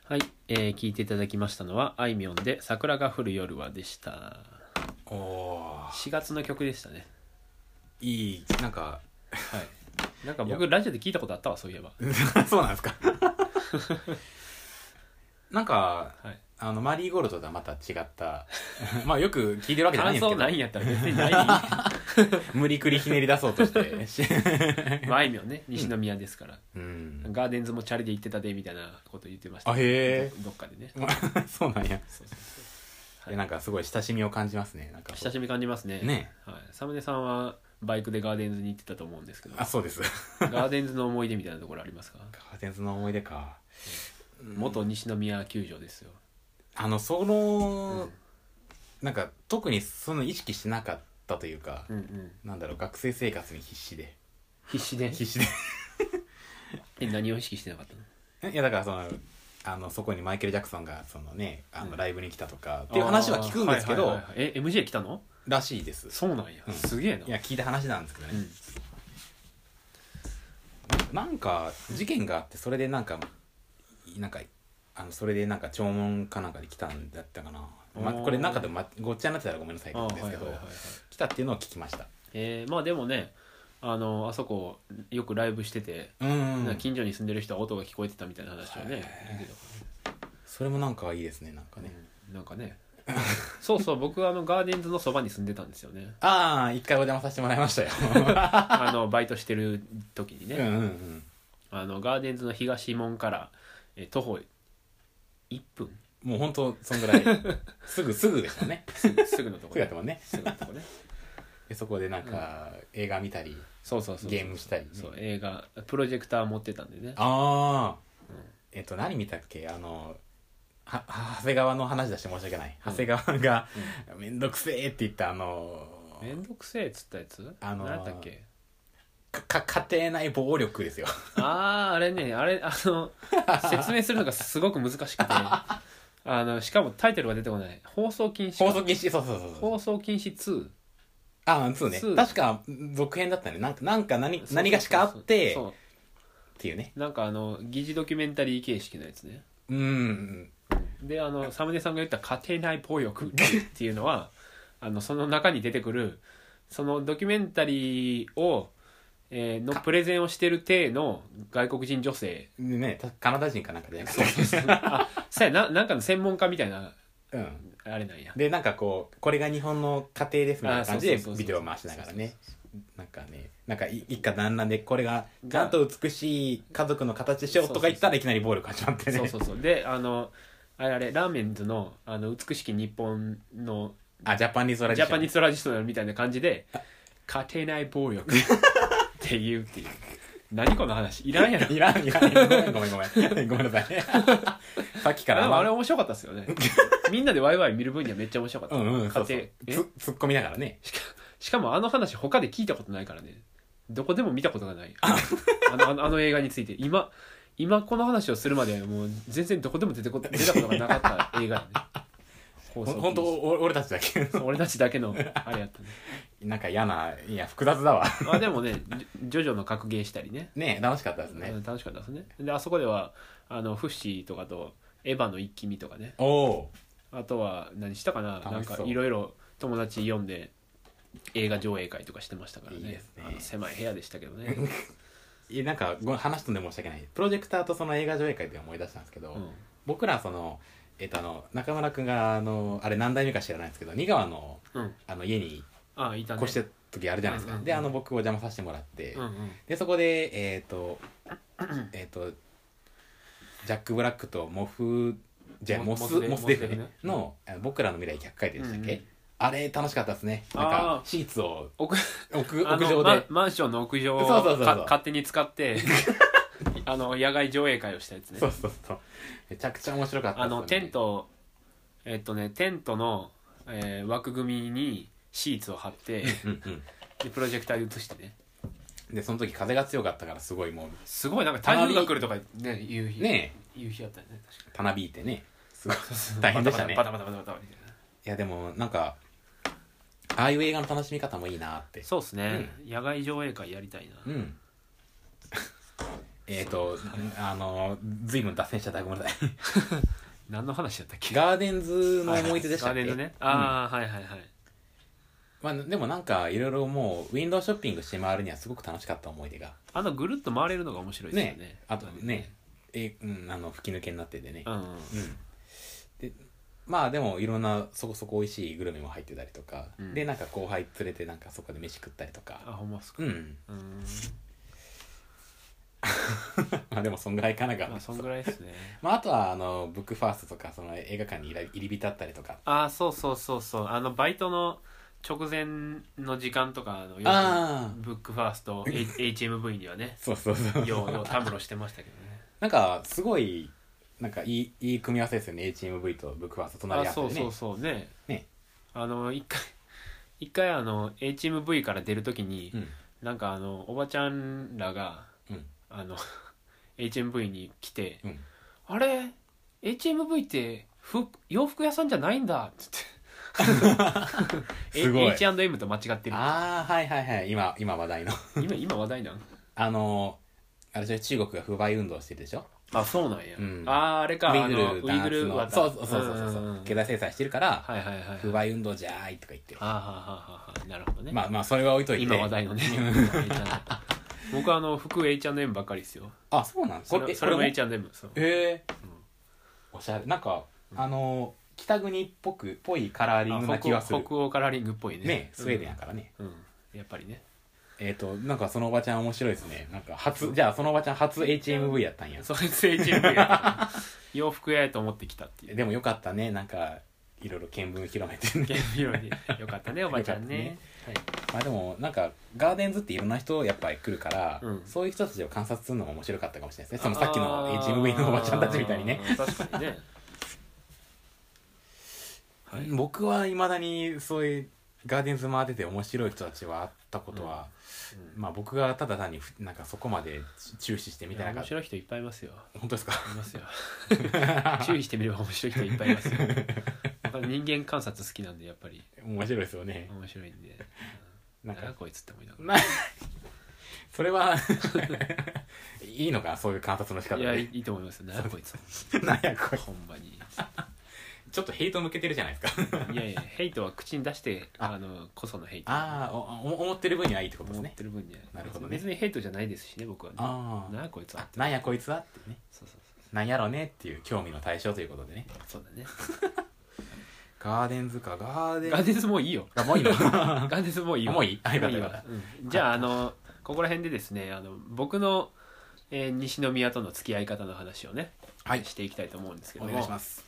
はい、聞いていただきましたのはあいみょんで桜が降る夜はでした。 お 4月の曲でしたね。 いい、なんかはいなんか僕ラジオで聞いたことあったわ、そういえばそうなんですかなんか、 はい、 マリーゴールドとはまた違ったまあよく聞いてるわけじゃないんですけど、 感想ないんやったら別にない無理くりひねり出そうとしてまああいみょんね、西宮ですから、ガーデンズもチャリで行ってたでみたいなこと言ってました、 あ、へどっかでねそうなんや。 そうそうそう、 でなんかすごい親しみを感じますね。なんか親しみ感じますね。 ね、 はい、サムネさんはバイクでガーデンズに行ってたと思うんですけど、 あ、そうですガーデンズの思い出みたいなところありますか？ ガーデンズの思い出か。 元西宮球場ですよ。 なんか特にその意識しなかったというか、 うんうん、 なんだろう、学生生活に必死で必死で何を意識してなかったの？ いやだからそこにマイケル・ジャクソンがライブに来たとかっていう話は聞くんですけど、 はいはいはいはい、MJ 来たの？ らしいです。 そうなんや、すげえな。 いや聞いた話なんですけどね、なんか事件があって、それでそれで弔問かなんかで来たんだったかな、これ中でごっちゃになってたらごめんなさいなんですけど、来たっていうのを聞きました。 まあでもね、あそこよくライブしてて、近所に住んでる人は音が聞こえてたみたいな話はね、 それもなんかいいですね、なんかね、 なんかねそうそう、僕ガーデンズのそばに住んでたんですよね。 ああ、一回お邪魔させてもらいましたよバイトしてる時にね、ガーデンズの東門から、徒歩1分、 もうほんとそんぐらいすぐですよねすぐのとこすぐだったもんね。 すぐのとこねでそこでなんか、映画見たり、 そうゲームしたり、ね、 そう、映画プロジェクター持ってたんでね。 ああ、何見たっけ、長谷川の話出して申し訳ない、長谷川が、めんどくせえって言っためんどくせえっつったやつ、何だったっけ？ 家庭内暴力ですよあれね、説明するのがすごく難しくてしかもタイトルが出てこない。放送禁止、 そう放送禁止2。 2ね、確か続編だったね。何がしかあってっていうね、 なんか疑似ドキュメンタリー形式のやつね。でサムネさんが言った家庭内暴力っていうのはその中に出てくるそのドキュメンタリーをのプレゼンをしてる体の外国人女性ね、カナダ人かなんかじゃなくてそうやな、なんかの専門家みたいな、あれなんや。 でなんかこれが日本の家庭ですみたいな感じでビデオを回しながらね、なんか一家団らんでこれがなんと美しい家族の形でしようとか言ったらいきなり暴力始まってね。 そうであれラーメンズの美しき日本のジャパニーズトラディショナルみたいな感じで家庭内暴力って言うっていう。何この話いらんやろ。 いらんごめんなさいさっきからあれ面白かったですよねみんなでワイワイ見る分にはめっちゃ面白かった。 突っ込みながらね。 しかも話他で聞いたことないからね、どこでも見たことがないあの映画について今この話をするまでもう全然どこでも出たことがなかった映画やね本当俺たちだけ俺たちだけのあれやったねなんか複雑だわでもね、ジョジョの格ゲーしたりね楽しかったですね。 楽しかったですね。であそこではフッシーとかとエヴァの一気見とかね、あとは何したかな、なんかいろいろ友達呼んで映画上映会とかしてましたからね。いいですね。狭い部屋でしたけどねなんか話とんで申し訳ない、プロジェクターとその映画上映会で思い出したんですけど、僕ら中村くんがあれ何代目か知らないんですけど、二川の、家に越してた時あるじゃないですか。で僕お邪魔させてもらって、でそこでジャック・ブラックとモスデフねの僕らの未来100回でしたっけ、あれ楽しかったですね。なんかシーツを屋上でマンションの屋上を勝手に使って野外上映会をしたやつね。 そうめちゃくちゃ面白かったですよね。 テントの、枠組みにシーツを貼ってでプロジェクターで映してね。 でその時風が強かったからすごいなんか台風が来るとかね夕日やったよね。確かたなびいてね、すごい大変でしたね。 バタバタみたいな。いやでもなんかああいう映画の楽しみ方もいいなって。 そうですね、野外上映会やりたいな。 随分脱線しちゃったごめんなさい何の話だったっけ。 ガーデンズの思い出でしたっけ。 ガーデンズね。ああ、はいはいはい。 まあでもなんかいろいろもうウィンドウショッピングして回るにはすごく楽しかった思い出が。 ぐるっと回れるのが面白いですよね。 ね、あとね、吹き抜けになっててね。でまあでもいろんなそこそこ美味しいグルメも入ってたりとか、でなんか後輩連れてなんかそこで飯食ったりとか。 あ、ほんまっすか。 まあでもそんぐらいかなが。 まあそんぐらいですね。 まああとはブックファーストとかその映画館に入り浸ったりとか。 あ、そうバイトの直前の時間とかよくブックファーストHMV にはねようたむろしてましたけどね。 なんかすごいなんかいい組み合わせですよね。 HMV とブックファースト隣り合ってね。 そうね一回HMV から出るときに、なんかおばちゃんらが、HMV に来て、あれ HMV って洋服屋さんじゃないんだって言ってすごい H&M と間違ってる。 ああはいはいはい。今話題の今話題なんあれじゃ中国が不買運動してるでしょ。 あ、そうなんや。あれかウイグルのそう経済制裁してるから不買運動じゃーいとか言って。 なるほどね。 まあそれは置いといて今話題のね僕は服 H&M ばっかりですよ。 あ、そうなんですか。 それも H&M。 おしゃれ。なんか北国っぽいカラーリングな気がする。 北欧カラーリングっぽいね。 スウェーデンやからね。 やっぱりね。 なんかそのおばちゃん面白いですね。なんかじゃあそのおばちゃん初 HMV やったんや。 そいつ HMV やった洋服屋やと思ってきたっていう。 でもよかったね。なんかいろいろ見聞広めてね。 よかったねおばちゃんね。 まあでもなんかガーデンズっていろんな人やっぱり来るから、そういう人たちを観察するのも面白かったかもしれないですね。そのさっきの HMV のおばちゃんたちみたいにね。 確かにね。 僕はいまだにそういうガーデンズ回ってて面白い人たちは会ったことは、まあ僕がただ単になんかそこまで注視してみたいな。 面白い人いっぱいいますよ。 本当ですか。 いますよ注意してみれば面白い人いっぱいいますよ人間観察好きなんでやっぱり面白いですよね。 面白いんで、 なんかこいつって思いながらそれはいいのか、そういう観察の仕方で。 いやいいと思いますよ。なんやこいつなんやこいつほんまにちょっとヘイト向けてるじゃないですかいやヘイトは口に出してこそのヘイト。 思ってる分にはいいってことですね。 思ってる分にはなるほどね。 別にヘイトじゃないですしね僕はね。なんやこいつはって、 なんやこいつはってね。なんやろねっていう興味の対象ということでね。 そうだねガーデンズか。ガーデンズもういいよ。 もういいのガーデンズもういいよ。 もういい。 じゃあここら辺でですね僕の、西宮との付き合い方の話をね、していきたいと思うんですけども。 お願いします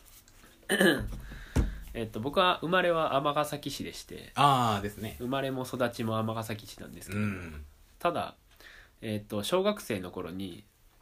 僕は生まれは尼崎市でして。 ですね。 生まれも育ちも尼崎市なんですけども、ただ小学生の頃に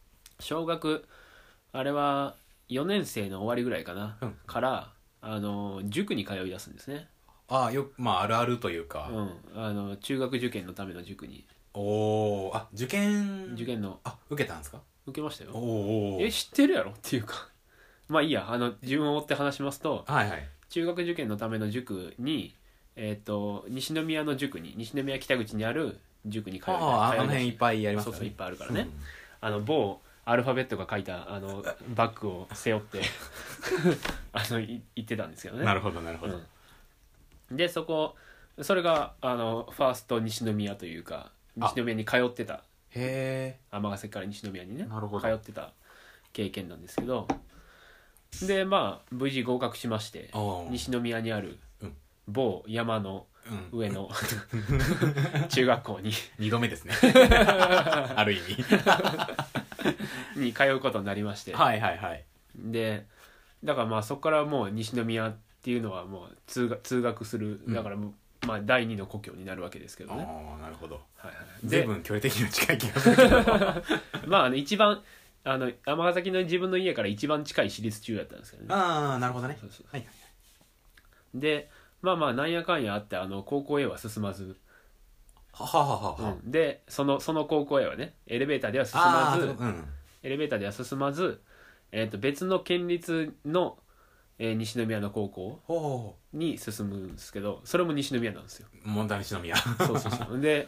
あれは4年生の終わりぐらいかな、から塾に通い出すんですね。 あるあるというか、 中学受験のための塾に。 受験の受けたんですか。 受けましたよ。知ってるやろっていうかまあいいや、順を追って話しますと、中学受験のための塾に西宮の塾に、西宮北口にある塾に通い出して、 あの辺いっぱいやりますね。そういっぱいあるからね、某アルファベットが書いたバッグを背負って行ってたんですけどね。 なるほどなるほど、 でそれがファースト西宮というか、西宮に通ってた、尼崎から西宮にね通ってた経験なんですけど、でまあ無事合格しまして、西宮にある某山の上の、中学校に 2度目ですねある意味に通うことになりまして、でだからまあそこからもう西宮っていうのはもう通学する、だからまあ第二の故郷になるわけですけどね。 なるほど。随分距離的には近い気がするけどまあ一番尼崎の自分の家から一番近い私立中だったんですけどね。 なるほどね。 でまあなんやかんやあって高校へは進まず、でその高校へはねエレベーターでは進まず、別の県立の、西宮の高校に進むんですけど、それも西宮なんですよ。 モンタ西宮そうで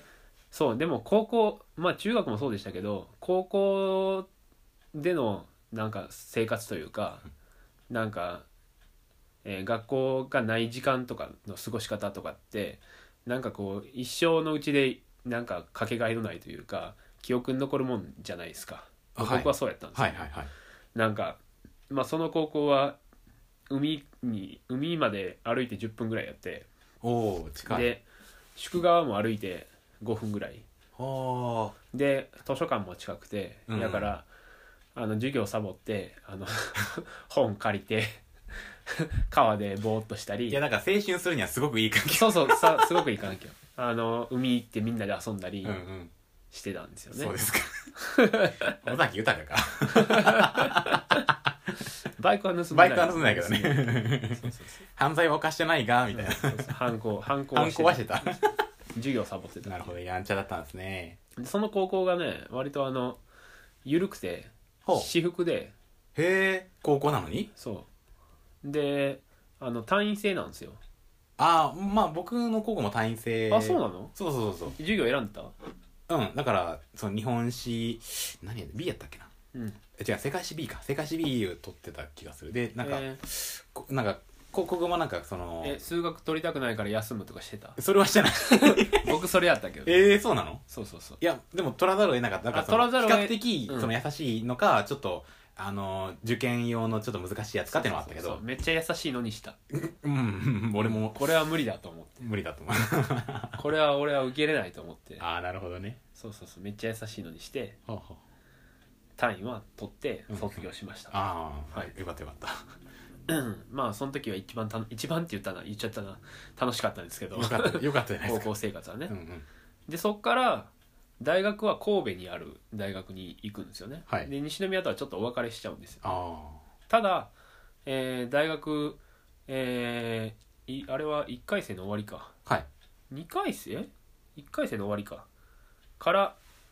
そうでも高校まあ中学もそうでしたけど高校でのなんか生活というかなんか、学校がない時間とかの過ごし方とかってなんかこう一生のうちでなんかかけがえのないというか記憶に残るもんじゃないですか。僕はそうやったんですよ、 はいはいはい。 なんかまあその高校は海まで歩いて10分ぐらいやって、 おお近い。 で宿川も歩いて5分ぐらいで図書館も近くて、だから授業サボって本借りて川でぼーっとしたり、 いやなんか青春するにはすごくいい環境。 そうそうすごくいい環境海行ってみんなで遊んだりしてたんですよね、 そうですか。尾崎豊かバイクは盗んでないけどねそう犯罪は犯してないがみたいな、 反抗はしてた授業サボってた。 なるほど、やんちゃだったんですね。 その高校がね割と緩くて私服で、 へえ、高校なのに。 そうで単位制なんですよ。 ああ、まあ僕の高校も単位制。 あ、そうなの。 そう授業選んでた。うん、だからその日本史何や B やったっけな、違う世界史 B か、世界史 B を取ってた気がする。でなんか、なんか国語もなんかその数学取りたくないから休むとかしてた。 それはしてない僕それやったけど。 そうなの。 そういやでも取らざるを得なかった。だから比較的その優しいのか、ちょっと受験用のちょっと難しいやつかっていうのはあったけど、 そうめっちゃ優しいのにした俺もこれは無理だと思って無理だと思うこれは俺は受けれないと思って、 ああなるほどね。 そうめっちゃ優しいのにして単位は取って卒業しました、 ああ、はい、よかったまあその時は一番って言っちゃったな、楽しかったんですけどよかったじゃないですか高校生活はね、でそっから大学は神戸にある大学に行くんですよね、で西宮とはちょっとお別れしちゃうんですよ。ただ、大学、あれは1回生の終わりか、2回生 ?1 回生の終わりかから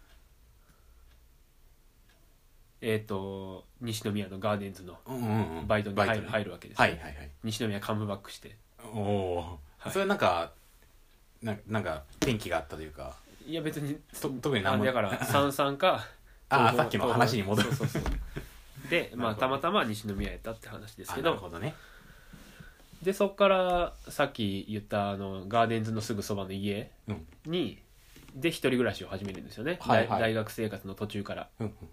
西宮のガーデンズのバイトに入るわけですね、西宮カムバックして。 それなんか転機があったというか。 いや別に特に何もだから33かさっきの話に戻る。 そうでまあたまたま西宮やったって話ですけど、 なるほどね。 でそっからさっき言ったガーデンズのすぐそばの家に、で一人暮らしを始めるんですよね、大学生活の途中から、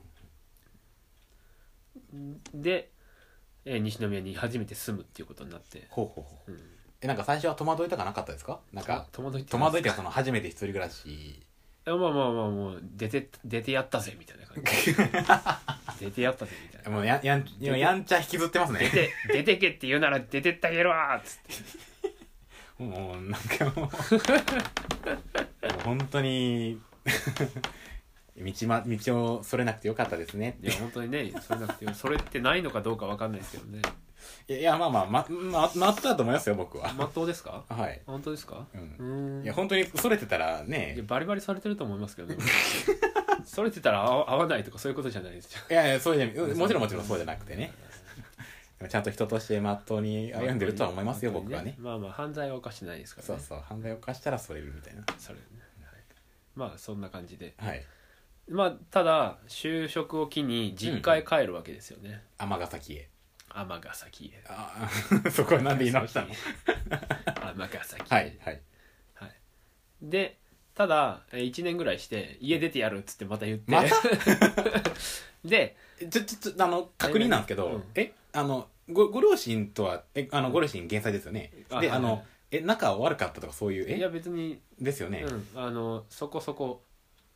で、西宮に初めて住むっていうことになって、 なんか最初は戸惑いとかなかったですか。なんか戸惑いってその初めて一人暮らし。 まあもう出てやったぜみたいな感じ出てやったぜみたいな、 もうやんちゃ引きずってますね。 出てけって言うなら出てってあげるわっつってもうなんかもう本当に道をそれなくてよかったですね。 いや本当にね、それなくてそれってないのかどうか分かんないですけどね。 いやまったと思いますよ僕は。 まっとうですか。 はい。 本当ですか。 いや本当にそれてたらね。 いやバリバリされてると思いますけどねそれてたら合わないとかそういうことじゃないですよ。 いやそうじゃもちろんそうじゃなくてねちゃんと人としてまっとうに歩んでるとは思いますよ、僕はね。 まあ犯罪は犯してないですからね。 そう犯罪を犯したらそれるみたいな。 それね、まあそんな感じで、 まあただ就職を機に実家へ帰るわけですよね、 尼崎へ。そこはなんで言い直したの。 尼崎へ。 でただ1年ぐらいして家出てやるっつってまた言ってで確認なんですけど、ご両親とはご両親減災ですよね。で仲悪かったとかそういう。 いや別にですよね。 そこそこ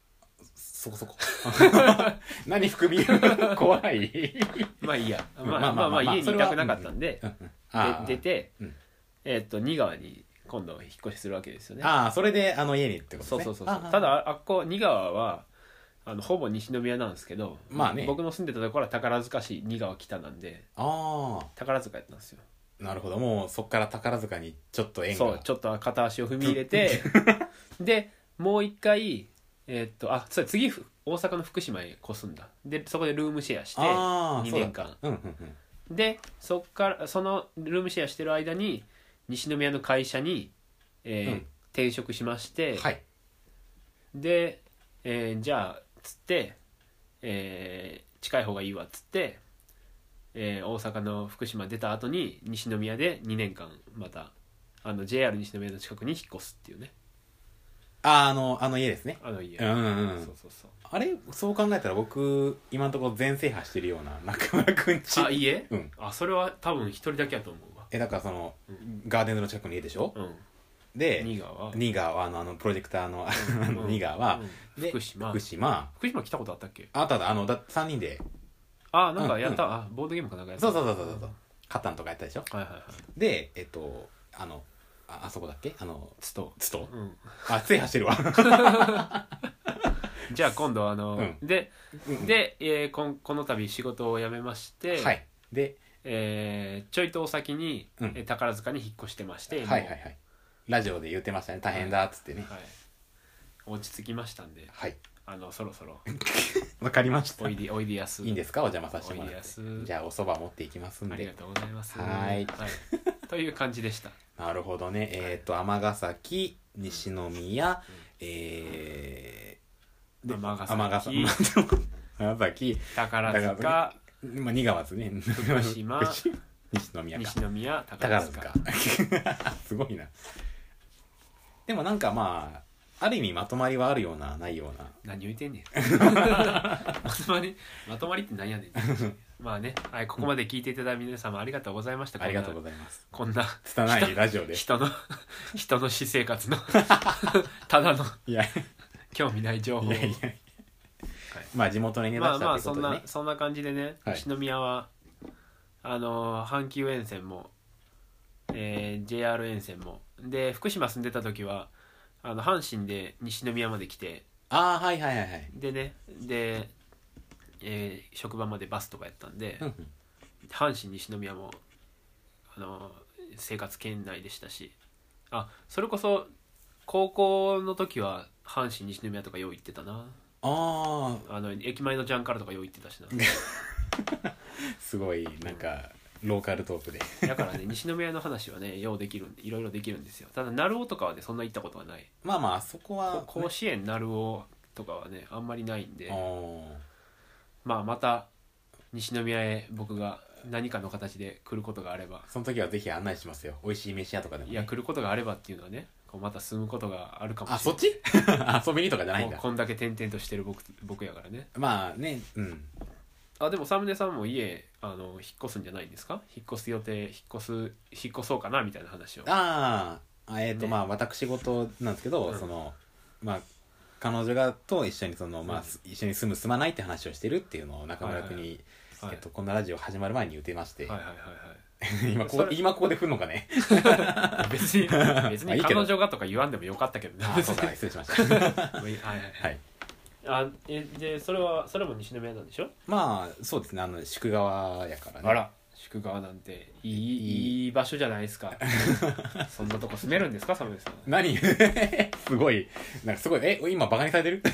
何含み怖いまあいいや、まあ家にいたくなかったんで出て仁川に今度引っ越しするわけですよね。 それで家にってことですね。 そうただ仁川はほぼ西宮なんですけど、僕の住んでたところは宝塚市仁川北なんで宝塚やったんですよ。 なるほど。もうそっから宝塚にちょっと縁が。 そうちょっと片足を踏み入れてでもう一回それ次大阪の福島へ越すんだ。でそこでルームシェアして2年間でそっからそのルームシェアしてる間に西宮の会社に、転職しまして、 で、じゃあつって、近い方がいいわっつって、大阪の福島出た後に西宮で2年間またJR 西宮の近くに引っ越すっていうね。 あの家ですね。 あの家。 そうそうそう。あれそう考えたら僕今のところ全制覇してるような中村くんち。 あ、家？ うん。 それは多分一人だけやと思うわ。 だからガーデンズの近くに家でしょ。でニガはプロジェクターのニガは、で福島来たことあったっけ？ ただ3人でなんかやった、ボードゲームかなんかやった。 そうカタンとかやったでしょ。 はいはいはい。 であそこだっけツト、 制覇してるわ。 じゃあ今度で、この度仕事を辞めまして、 はい、で、 ちょいとお先に、宝塚に引っ越してまして、 ラジオで言ってましたね、大変だっつってね、 落ち着きましたんで、そろそろわかりました。 おいでやす。 いいんですか、お邪魔させてもらって。じゃあお蕎麦持っていきますんで。 ありがとうございます。という感じでした。 なるほどね。尼崎、西宮、 尼崎、宝塚、 2川ですね。 福島、 西宮、宝塚。 すごいな。でもなんかある意味まとまりはあるようなないような。 何言うてんねん。まとまりって何やねん。まあね、ここまで聞いていただいた皆様ありがとうございました。 ありがとうございます。 こんな拙いラジオで人の私生活のただの興味ない情報を。 地元にね出したってことでね。 そんな感じでね、西宮は阪急沿線も、JR 沿線もで、福島住んでた時は阪神で西宮まで来て、でね、職場までバスとかやったんで、阪神西宮も生活圏内でしたし、それこそ高校の時は阪神西宮とかよう行ってたな。駅前のジャンカラとかよう行ってたしな。 すごいなんかローカルトークで。 だからね、西宮の話はね、いろいろできるんですよ。ただ鳴尾とかはね、そんな行ったことはない。 あそこは、 甲子園鳴尾とかはね、あんまりないんで、また西宮へ僕が何かの形で来ることがあれば、 その時はぜひ案内しますよ。美味しい飯屋とかでも、ね、 いや、来ることがあればっていうのはね、また住むことがあるかもしれない。 そっち遊びにとかじゃないんだ。 こんだけ転々としてる僕やからね。 でもサムネさんも家引っ越すんじゃないんですか？引っ越す予定、引っ越そうかなみたいな話を。 私事なんですけど、彼女と一緒に一緒に住まないって話をしてるっていうのを中村君に、こんなラジオ始まる前に言ってまして、今ここで振るのかね。 別に彼女がとか言わんでもよかったけどね。 そうか、失礼しました。 でそれも西宮なんでしょ？ そうですね、宿川やからね。 あら、宿川なんていい場所じゃないですか。そんなとこ住めるんですか、サムネさん。 何すごい今バカにされてる。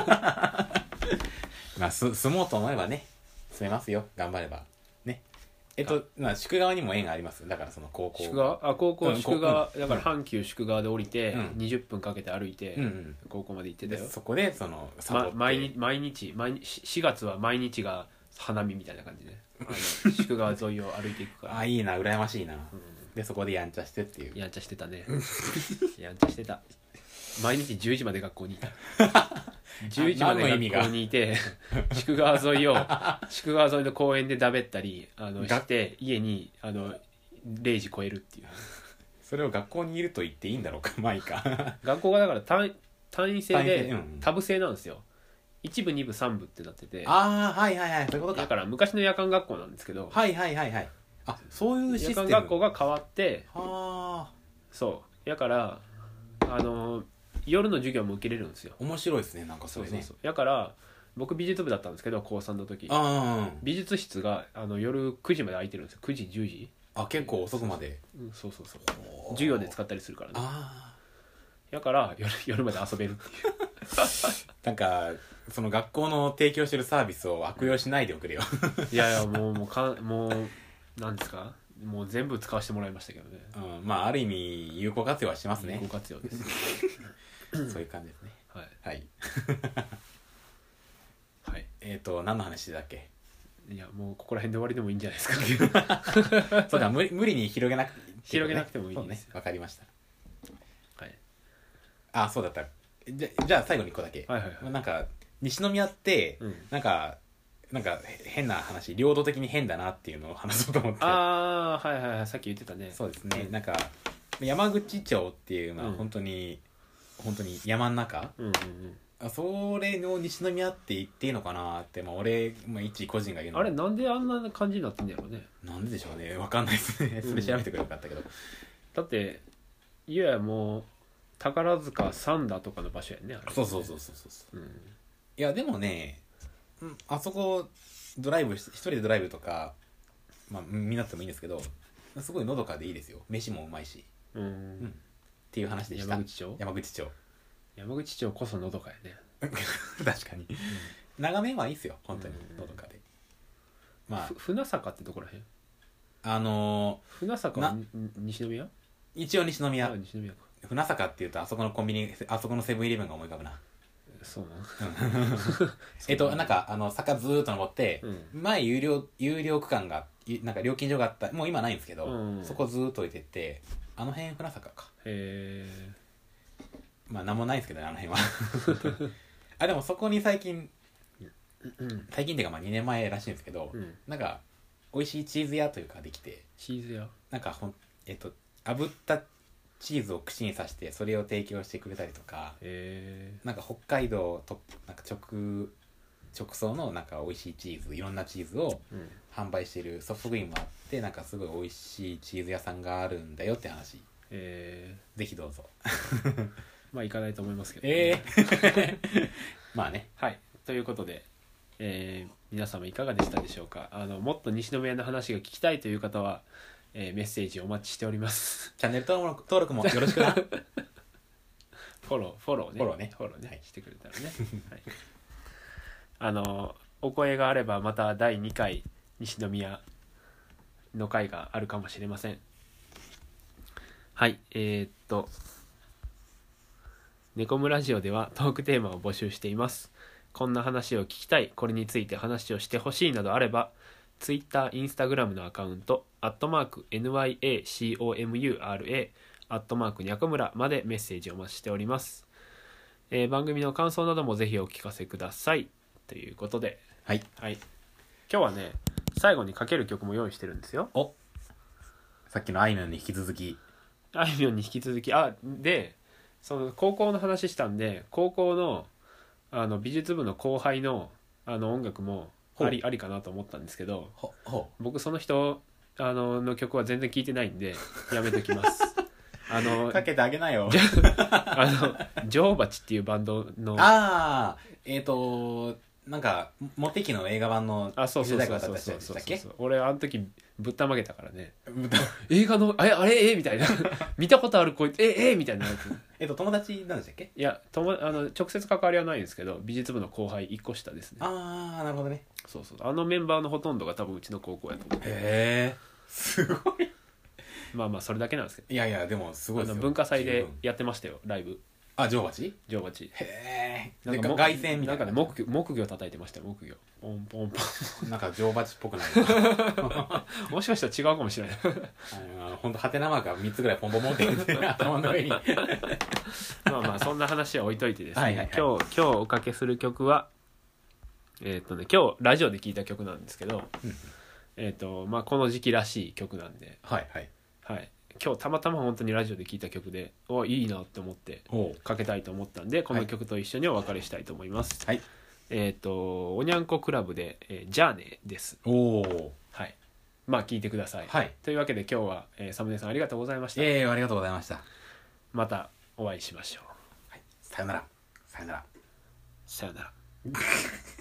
住もうと思えばね、住めますよ、頑張ればね。宿川にも縁があります。だからその高校宿川だから阪急宿川で降りて20分かけて歩いて高校まで行ってたよ。 そこで毎日4月は毎日が花見みたいな感じで宿川沿いを歩いていくから。 いいな、羨ましいな。でそこでやんちゃしてっていう。 やんちゃしてたね。やんちゃしてた。毎日10時まで学校にいた。11時まで学校にいて、宿川沿いの公園でだべったりして家に0時超えるっていう。 それを学校にいると言っていいんだろうか。いいか。 学校がだから単位制でタブ制なんですよ。1部2部3部ってなってて、 そういうことか。 だから昔の夜間学校なんですけど、 そういうシステム。 夜間学校が変わって、だから夜の授業も受けれるんですよ。 面白いですね、なんかそれね。 だから僕美術部だったんですけど、高3の時美術室が夜9時まで空いてるんですよ。9時10時。 結構遅くまで。 そう授業で使ったりするからね。だから夜まで遊べるっていう。 なんかその学校の提供してるサービスを悪用しないでおくれよ。 いやもうなんですか、もう全部使わせてもらいましたけどね。 ある意味有効活用はしますね。 有効活用です。 そういう感じですね。 はいはいはい何の話だっけ。 いやもうここら辺で終わりでもいいんじゃないですかそうか無理に広げなくて、 広げなくてもいいですね。わかりました。 はいあ、そうだった。じゃあ最後に1個だけ、 はいはいはい、 なんか西宮って、 うん、 なんか変な話、領土的に変だなっていうのを話そうと思って。 ああはいはいはい、さっき言ってたね。 そうですね、なんか山口町っていう、まあ、 うん、 本当に山の中、 うんうんうん、 それの西宮って言っていいのかなって、まあ、俺、まあ、一個人が言うの。 あれなんであんな感じになってんだろうね。 なんででしょうね、わかんないですねそれ調べてくればよかったけど、 だっていやもう宝塚三田とかの場所やねあれ。 そう、うん、いやでもね、あそこドライブ一人でドライブとか、まあみんなってもいいんですけど、すごいのどかでいいですよ。飯もうまいし、っていう話でした。山口町こそのどかやね確かに、眺めはいいですよ本当に、のどかで。まあ船坂ってどこらへん。船坂は西宮。 一応西宮。 西宮か。 船坂っていうとあそこのコンビニ、あそこのセブンイレブンが思い浮かぶな。 そうななんか坂ずーっと登って、前有料区間がなんか料金所があった、もう今ないんですけど、そこずーっと置いてって、あの辺船坂か。 へえ。 まあなんもないですけどね、あの辺はあ、でもそこに最近っていうかまあ2年前らしいんですけど、なんか美味しいチーズ屋というかできて、 チーズ屋なんか炙ったチーズを串に刺してそれを提供してくれたりとか、なんか北海道となんか直送のなんか美味しいチーズ、いろんなチーズを販売しているソフトクリームもあって、なんかすごい美味しいチーズ屋さんがあるんだよって話。ぜひどうぞまあ行かないと思いますけど、ね、 まあね。 はい、ということで、皆様いかがでしたでしょうか。もっと西宮の話が聞きたいという方は、メッセージお待ちしておりますチャンネル登録もよろしくなフォローね、はい、してくれたらね、はい、お声があればまた第2回西宮の回があるかもしれません。はい、ネコムラジオではトークテーマを募集しています。こんな話を聞きたい、これについて話をしてほしいなどあれば、Twitter、Instagram のアカウント、@NYACOMURA、にゃこむらまでメッセージをお待ちしております。番組の感想などもぜひお聞かせください。ということで、 はい。 はい、今日はね、最後にかける曲も用意してるんですよ。 お、さっきのあいみょんに引き続き。 で、その高校の話したんで、高校の美術部の後輩の音楽もありかなと思ったんですけど、僕その人の曲は全然聴いてないんでやめときますかけてあげなよジョウバチっていうバンドの、 なんかモテキの映画版の主題歌だったでしたっけ。俺あの時ぶったまげたからね映画のあれみたいな見たことあるこいつみたいな友達なんでしたっけ。 いや直接関わりはないんですけど、美術部の後輩1個下ですね。 なるほどね。 そうメンバーのほとんどが多分うちの高校やと思う。 すごいまあそれだけなんですけど。 いやでもすごいですよ。 文化祭でやってましたよ、ライブ。 ジョウバチ。 なんか凱旋みたいな。 なんかね木魚叩いてましたよ。木魚ポンポンポンなんかジョウバチっぽくないもしかしたら違うかもしれないほんとハテナマークが3つぐらいポンポンポンって頭の上にまあそんな話は置いといてですね、今日おかけする曲は今日ラジオで聴いた曲なんですけど、まあこの時期らしい曲なんで、今日たまたま本当にラジオで聴いた曲でいいなって思ってかけたいと思ったんで、この曲と一緒にお別れしたいと思います。おにゃんこクラブで、じゃあねです。まあ聴いてください。というわけで今日は、サムネさんありがとうございました。 ありがとうございました。 またお会いしましょう。 さよなら。 さよなら